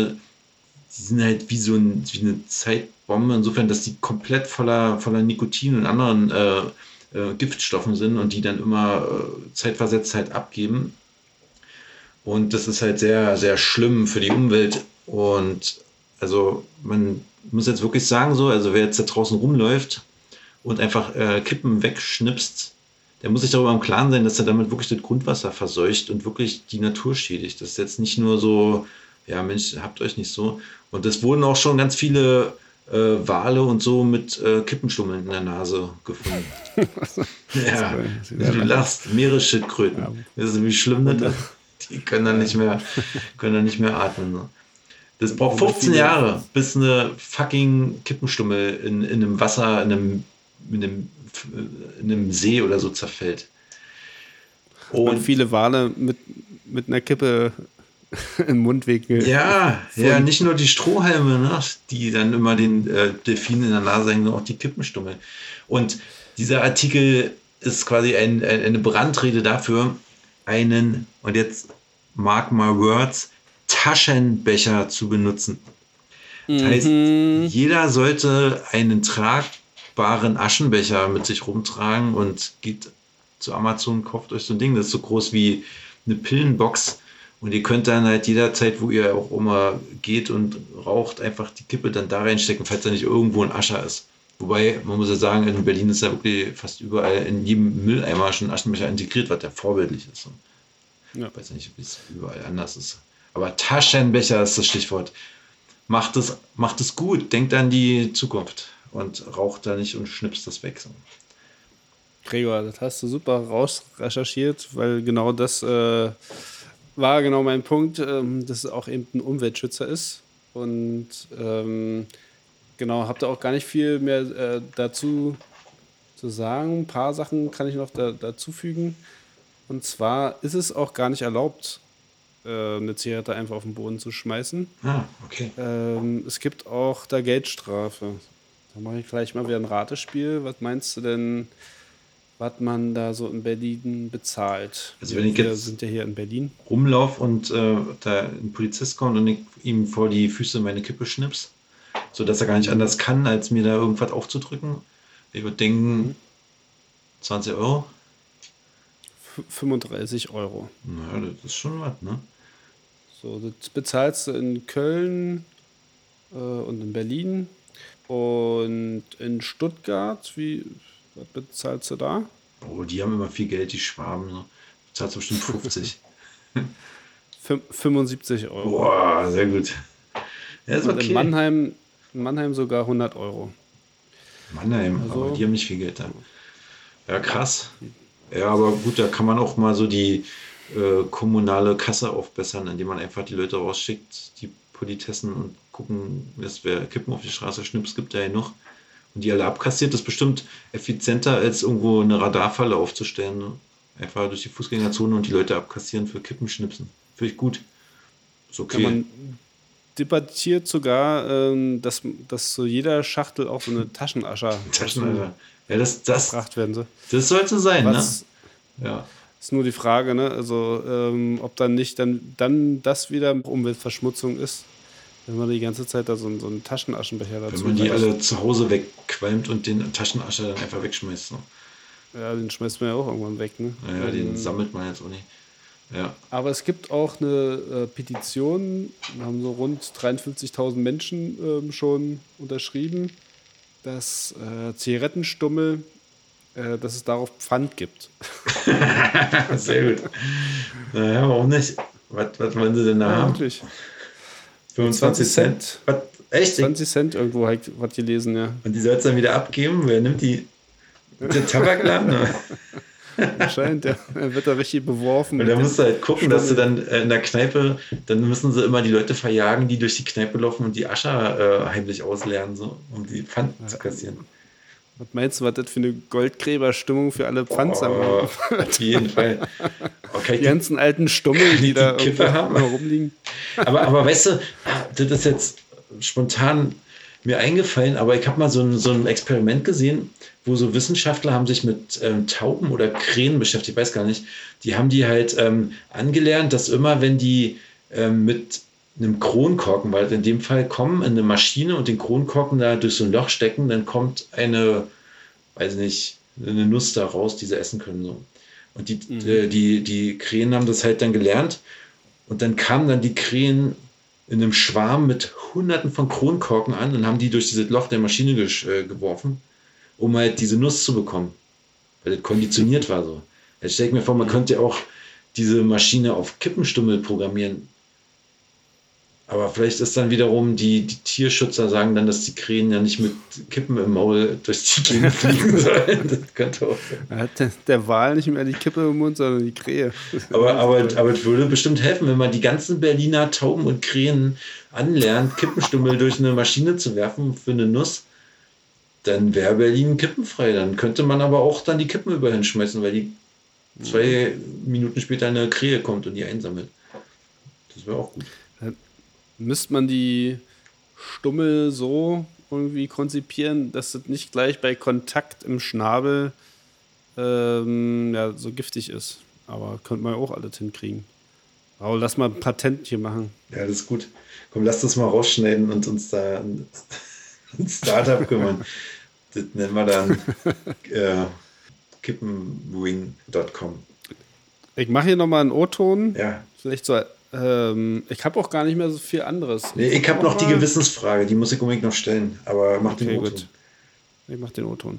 wie eine Zeitbombe, insofern, dass die komplett voller Nikotin und anderen Giftstoffen sind und die dann immer zeitversetzt halt abgeben. Und das ist halt sehr, sehr schlimm für die Umwelt. Und also man muss jetzt wirklich sagen, also wer jetzt da draußen rumläuft und einfach Kippen wegschnipst, der muss sich darüber im Klaren sein, dass er damit wirklich das Grundwasser verseucht und wirklich die Natur schädigt. Das ist jetzt nicht nur so, ja Mensch, habt euch nicht so. Und es wurden auch schon ganz viele Wale und so mit Kippenstummeln in der Nase gefunden. Ja, du lachst, Meeresschildkröten. Ja. Weißt du, wie schlimm das ist? Die können dann nicht mehr atmen. So. Das braucht 15 Jahre, bis eine fucking Kippenstummel in einem Wasser, in einem See oder so zerfällt. Und viele Wale mit einer Kippe im Mundwinkel. Ja, nicht nur die Strohhalme, ne, die dann immer den Delfinen in der Nase hängen, sondern auch die Kippenstummel. Und dieser Artikel ist quasi eine Brandrede dafür, und jetzt mark my words, Taschenbecher zu benutzen. Das heißt, jeder sollte einen tragbaren Aschenbecher mit sich rumtragen und geht zu Amazon, kauft euch so ein Ding, das ist so groß wie eine Pillenbox und ihr könnt dann halt jederzeit, wo ihr auch immer geht und raucht, einfach die Kippe dann da reinstecken, falls da nicht irgendwo ein Ascher ist. Wobei, man muss ja sagen, in Berlin ist ja wirklich fast überall in jedem Mülleimer schon Aschenbecher integriert, was ja vorbildlich ist. Ja. Ich weiß nicht, wie es überall anders ist. Aber Taschenbecher ist das Stichwort. Macht es gut, denkt an die Zukunft und raucht da nicht und schnipst das weg. So. Gregor, das hast du super rausrecherchiert, weil genau das war genau mein Punkt, dass es auch eben ein Umweltschützer ist. Und genau, habt ihr auch gar nicht viel mehr dazu zu sagen. Ein paar Sachen kann ich noch dazu fügen. Und zwar ist es auch gar nicht erlaubt, eine Zigarette einfach auf den Boden zu schmeißen. Okay. Es gibt auch da Geldstrafe. Da mache ich gleich mal wieder ein Ratespiel. Was meinst du denn, was man da so in Berlin bezahlt? Also wenn ich jetzt sind ja hier in Berlin. Rumlauf und da ein Polizist kommt und ich ihm vor die Füße meine Kippe schnips, sodass er gar nicht anders kann, als mir da irgendwas aufzudrücken. Ich würde denken, 20 Euro? 35 Euro. Naja, das ist schon was, ne? So, das bezahlst du in Köln und in Berlin und in Stuttgart. Was bezahlst du da? Oh, die haben immer viel Geld, die Schwaben. Ne? Bezahlst du bestimmt 50. 75 Euro. Boah, sehr gut. Ja, ist und okay. in Mannheim sogar 100 Euro. Mannheim, Also, aber die haben nicht viel Geld da. Ja, krass. Ja, aber gut, da kann man auch mal so die kommunale Kasse aufbessern, indem man einfach die Leute rausschickt, die Politessen, und gucken, wer Kippen auf die Straße schnippst, gibt da ja noch. Und die alle abkassiert, das ist bestimmt effizienter, als irgendwo eine Radarfalle aufzustellen. Ne? Einfach durch die Fußgängerzone und die Leute abkassieren für Kippenschnipsen. Finde ich gut. Ist okay. Ja, man debattiert sogar, dass zu jeder Schachtel auch so eine Taschenascher ja, das gebracht werden soll. Das sollte sein, ne? Ja. Ist nur die Frage, ne? Also, ob dann nicht dann das wieder Umweltverschmutzung ist, wenn man die ganze Zeit da so einen Taschenaschenbecher dazu. Wenn man die alle zu Hause wegqualmt und den Taschenascher dann einfach wegschmeißt. So. Ja, den schmeißt man ja auch irgendwann weg, ne? Naja, den sammelt man jetzt auch nicht. Ja. Aber es gibt auch eine Petition, da haben so rund 53.000 Menschen schon unterschrieben, dass Zigarettenstummel, dass es darauf Pfand gibt. Sehr gut. Naja, warum nicht? Was wollen sie denn da haben? Wirklich. 25 Cent? Was? Echt? 20 Cent irgendwo, was gelesen, ja. Und die soll es dann wieder abgeben? Wer nimmt die? Der Tabakladen? Anscheinend, der wird da richtig beworfen. Und da musst du halt gucken, dass du dann in der Kneipe, dann müssen sie immer die Leute verjagen, die durch die Kneipe laufen und die Ascher heimlich ausleeren, so, um die Pfand zu kassieren. Was meinst du, was das für eine Goldgräberstimmung für alle Pfandsammler? Auf jeden Fall. Okay, die ganzen alten Stummel, die da Kippe haben. rumliegen. Aber weißt du, das ist jetzt spontan mir eingefallen, aber ich habe mal so ein Experiment gesehen, wo so Wissenschaftler haben sich mit Tauben oder Krähen beschäftigt, ich weiß gar nicht, die haben die halt angelernt, dass immer, wenn die mit einem Kronkorken, weil in dem Fall kommen in eine Maschine und den Kronkorken da durch so ein Loch stecken, dann kommt eine Nuss da raus, die sie essen können. So. Und die Krähen haben das halt dann gelernt und dann kamen dann die Krähen in einem Schwarm mit Hunderten von Kronkorken an und haben die durch dieses Loch der Maschine geworfen, um halt diese Nuss zu bekommen. Weil das konditioniert war so. Jetzt stelle ich mir vor, man könnte auch diese Maschine auf Kippenstummel programmieren. Aber vielleicht ist dann wiederum, die Tierschützer sagen dann, dass die Krähen ja nicht mit Kippen im Maul durch die Gegend fliegen sollen. Das könnte auch sein. Hat der Wal nicht mehr die Kippe im Mund, sondern die Krähe. Aber es würde bestimmt helfen, wenn man die ganzen Berliner Tauben und Krähen anlernt, Kippenstummel durch eine Maschine zu werfen für eine Nuss. Dann wäre Berlin kippenfrei. Dann könnte man aber auch dann die Kippen überall hinschmeißen, weil die 2 Minuten später eine Krähe kommt und die einsammelt. Das wäre auch gut. Müsste man die Stummel so irgendwie konzipieren, dass das nicht gleich bei Kontakt im Schnabel so giftig ist. Aber könnte man auch alles hinkriegen. Aber lass mal ein Patentchen machen. Ja, das ist gut. Komm, lass das mal rausschneiden und uns da ein Startup kümmern. Das nennen wir dann kippenwing.com. Ich mache hier nochmal einen O-Ton. Ja. Vielleicht so. Ich habe auch gar nicht mehr so viel anderes. Nee, ich habe noch die Gewissensfrage, die muss ich unbedingt noch stellen. Aber mach den O-Ton. Gut. Ich mach den O-Ton.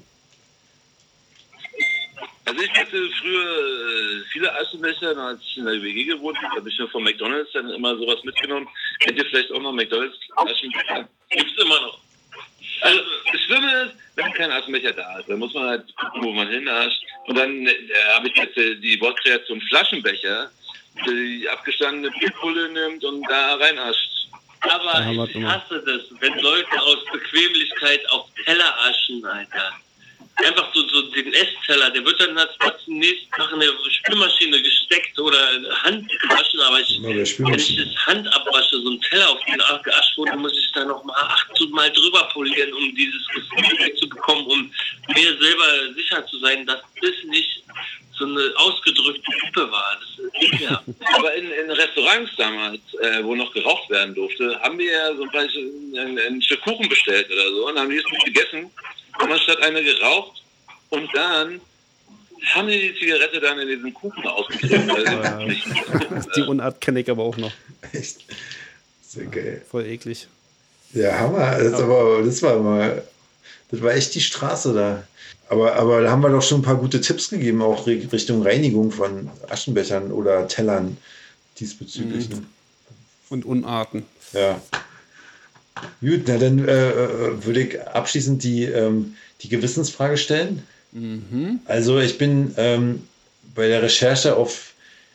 Also ich hatte früher viele Aschenbecher, als ich in der WG gewohnt habe, habe ich mir von McDonald's dann immer sowas mitgenommen. Kennt ihr vielleicht auch noch McDonald's Aschenbecher? Gibt's immer noch. Also das Schlimme ist, wenn kein Aschenbecher da ist, dann muss man halt gucken, wo man hinnascht. Und dann habe ich jetzt die Wortkreation Flaschenbecher, die abgestandene Pickpulle nimmt und da reinascht. Aber ich hasse das, wenn Leute aus Bequemlichkeit auf Teller aschen, Alter. Einfach so den Essteller, der wird dann zum nächsten Tag in der Spülmaschine gesteckt oder Hand gewaschen, aber wenn ich das Hand abwasche, so ein Teller, auf den geascht wurde, muss ich da nochmal 8 Mal drüber polieren, um dieses Gefühl wegzubekommen, um mir selber sicher zu sein, dass das nicht so eine ausgedrückte Kippe war. Das ist ja. Aber in Restaurants damals, wo noch geraucht werden durfte, haben wir ja so ein Stück Kuchen bestellt oder so und haben die es nicht gegessen. Und man hat eine geraucht und dann haben die Zigarette dann in diesen Kuchen ausgekriegt. Die Unart kenne ich aber auch noch. Echt? Sehr geil. Voll eklig. Ja, Hammer. Das war echt die Straße da. Aber da haben wir doch schon ein paar gute Tipps gegeben, auch Richtung Reinigung von Aschenbechern oder Tellern diesbezüglich. Ne? Und Unarten. Ja. Gut, na dann würde ich abschließend die Gewissensfrage stellen. Also ich bin bei der Recherche auf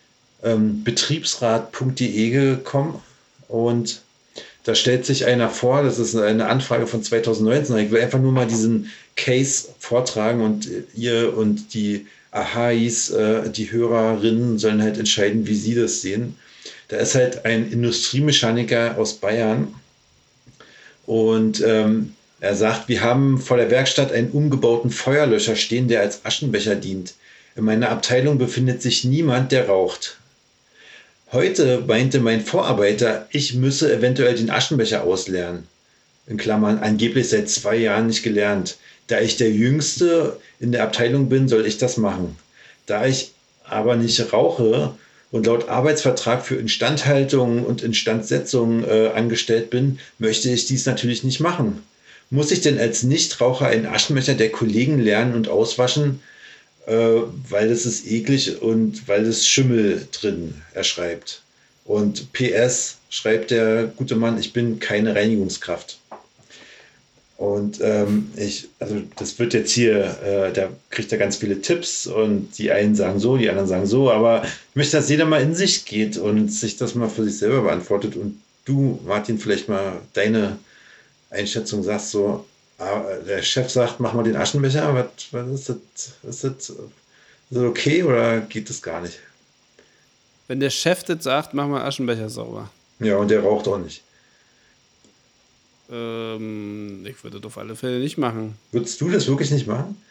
betriebsrat.de gekommen und da stellt sich einer vor, das ist eine Anfrage von 2019, ich will einfach nur mal diesen Case vortragen und ihr und die Ahais, die Hörerinnen sollen halt entscheiden, wie sie das sehen. Da ist halt ein Industriemechaniker aus Bayern, und er sagt, wir haben vor der Werkstatt einen umgebauten Feuerlöscher stehen, der als Aschenbecher dient. In meiner Abteilung befindet sich niemand, der raucht. Heute meinte mein Vorarbeiter, ich müsse eventuell den Aschenbecher ausleeren. In Klammern, angeblich seit 2 Jahren nicht gelernt. Da ich der Jüngste in der Abteilung bin, soll ich das machen. Da ich aber nicht rauche und laut Arbeitsvertrag für Instandhaltung und Instandsetzung angestellt bin, möchte ich dies natürlich nicht machen. Muss ich denn als Nichtraucher einen Aschenbecher der Kollegen lernen und auswaschen, weil das ist eklig und weil das Schimmel drin, er schreibt. Und PS schreibt der gute Mann, ich bin keine Reinigungskraft. Und das wird jetzt hier, da kriegt er ganz viele Tipps und die einen sagen so, die anderen sagen so, aber ich möchte, dass jeder mal in sich geht und sich das mal für sich selber beantwortet und du, Martin, vielleicht mal deine Einschätzung sagst, so, der Chef sagt, mach mal den Aschenbecher, was ist das? Ist das okay oder geht das gar nicht? Wenn der Chef das sagt, mach mal Aschenbecher sauber. Ja, und der raucht auch nicht. Ich würde das auf alle Fälle nicht machen. Würdest du das wirklich nicht machen?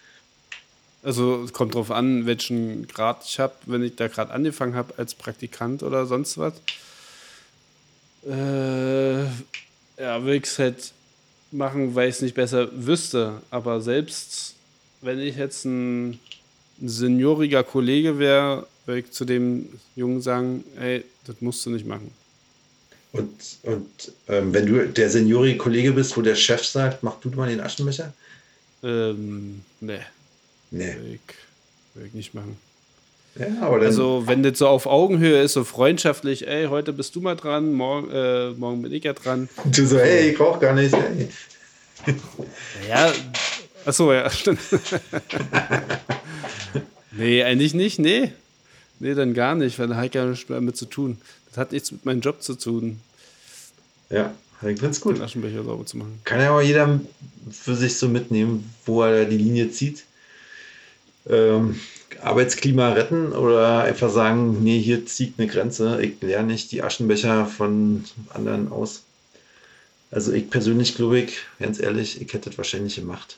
Also es kommt drauf an, welchen Grad ich habe, wenn ich da gerade angefangen habe als Praktikant oder sonst was. Würde ich es halt machen, weil ich es nicht besser wüsste. Aber selbst wenn ich jetzt ein senioriger Kollege wäre, würde ich zu dem Jungen sagen, ey, das musst du nicht machen. Und wenn du der seniorige Kollege bist, wo der Chef sagt, mach du mal den Aschenbecher? Nee. Nee. Will ich nicht machen. Ja, aber dann, also, wenn das so auf Augenhöhe ist, so freundschaftlich, ey, heute bist du mal dran, morgen bin ich ja dran. Du so, ey, ich rauch gar nicht. Ey. Ja, achso, ja, stimmt. Nee, eigentlich nicht, nee. Nee, dann gar nicht, weil da habe ich ja nichts mehr damit zu tun. Das hat nichts mit meinem Job zu tun. Ja, ich finde es gut. Den Aschenbecher sauber zu machen. Kann ja auch jeder für sich so mitnehmen, wo er die Linie zieht. Arbeitsklima retten oder einfach sagen, nee, hier zieht eine Grenze. Ich lerne nicht die Aschenbecher von anderen aus. Also ich persönlich glaube ich, ganz ehrlich, ich hätte das wahrscheinlich gemacht.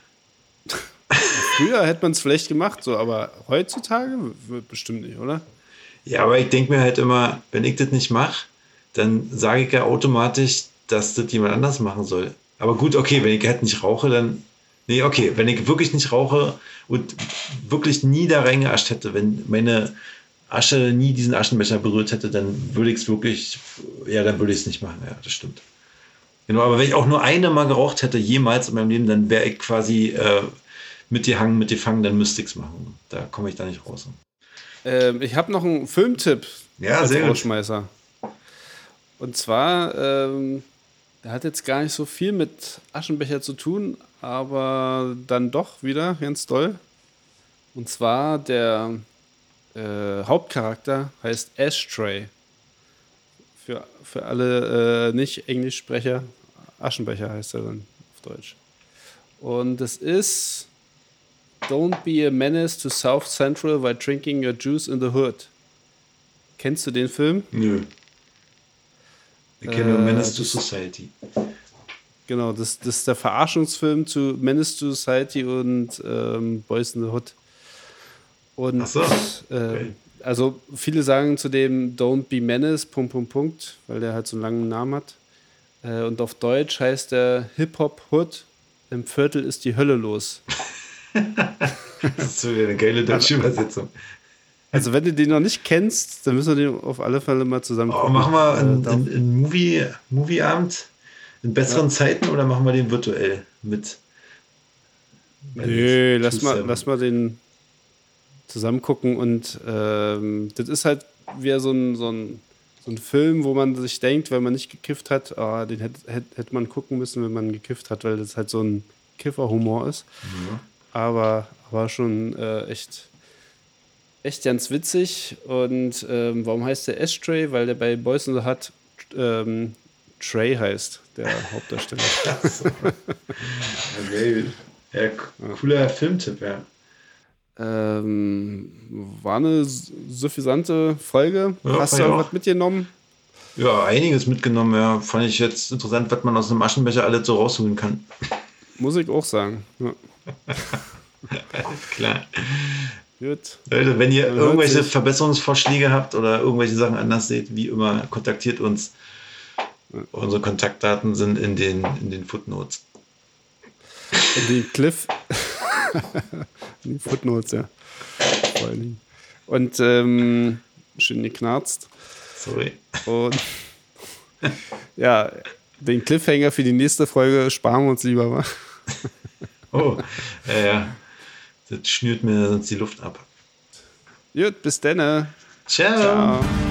Früher hätte man es vielleicht gemacht, so, aber heutzutage bestimmt nicht, oder? Ja, aber ich denke mir halt immer, wenn ich das nicht mache, dann sage ich ja automatisch, dass das jemand anders machen soll. Aber gut, okay, wenn ich halt nicht rauche, dann... Nee, okay, wenn ich wirklich nicht rauche und wirklich nie da reingeascht hätte, wenn meine Asche nie diesen Aschenbecher berührt hätte, dann würde ich es wirklich, dann würde ich es nicht machen. Ja, das stimmt. Genau, aber wenn ich auch nur eine mal geraucht hätte, jemals in meinem Leben, dann wäre ich quasi mitgefangen, dann müsste ich es machen. Da komme ich da nicht raus. Ich habe noch einen Filmtipp als sehr Rausschmeißer. Und zwar, der hat jetzt gar nicht so viel mit Aschenbecher zu tun, aber dann doch wieder ganz doll. Und zwar der Hauptcharakter heißt Ashtray. Für alle Nicht-Englischsprecher, Aschenbecher heißt er dann auf Deutsch. Und es ist Don't be a menace to South Central while drinking your juice in the hood. Kennst du den Film? Nö. Ich kenne nur Menace to Society. Genau, das ist der Verarschungsfilm zu Menace to Society und Boys in the Hood. Und ach so. Okay. Also viele sagen zu dem Don't be menace, ... weil der halt so einen langen Namen hat. Und auf Deutsch heißt der Hip-Hop Hood, im Viertel ist die Hölle los. Das ist so eine geile deutsche Übersetzung. Also wenn du den noch nicht kennst, dann müssen wir den auf alle Fälle mal zusammen gucken. Machen wir einen Movieabend in besseren Zeiten oder machen wir den virtuell mit? Nee, lass mal den zusammen gucken und das ist halt wieder so ein Film, wo man sich denkt, wenn man nicht gekifft hat, den hätte man gucken müssen, wenn man gekifft hat, weil das halt so ein Kifferhumor ist. Mhm. Aber schon echt ganz witzig. Und warum heißt der Ashtray? Weil der bei Boys in the Hood Trey heißt, der Hauptdarsteller. Okay. Ja, cooler Filmtipp, ja. War eine suffisante Folge. Ja, hast du irgendwas mitgenommen? Ja, einiges mitgenommen, ja. Fand ich jetzt interessant, was man aus einem Aschenbecher alles so rausholen kann. Muss ich auch sagen. Ja. Alles klar. Gut. Leute, wenn ihr irgendwelche Verbesserungsvorschläge habt oder irgendwelche Sachen anders seht, wie immer, kontaktiert uns. Unsere Kontaktdaten sind in den Footnotes. In den Cliff. In den Footnotes, ja. Vor allen Dingen. Und schön geknarzt. Sorry. Und ja, den Cliffhanger für die nächste Folge sparen wir uns lieber mal. Oh, ja. Das schnürt mir sonst die Luft ab. Gut, bis dann. Ciao.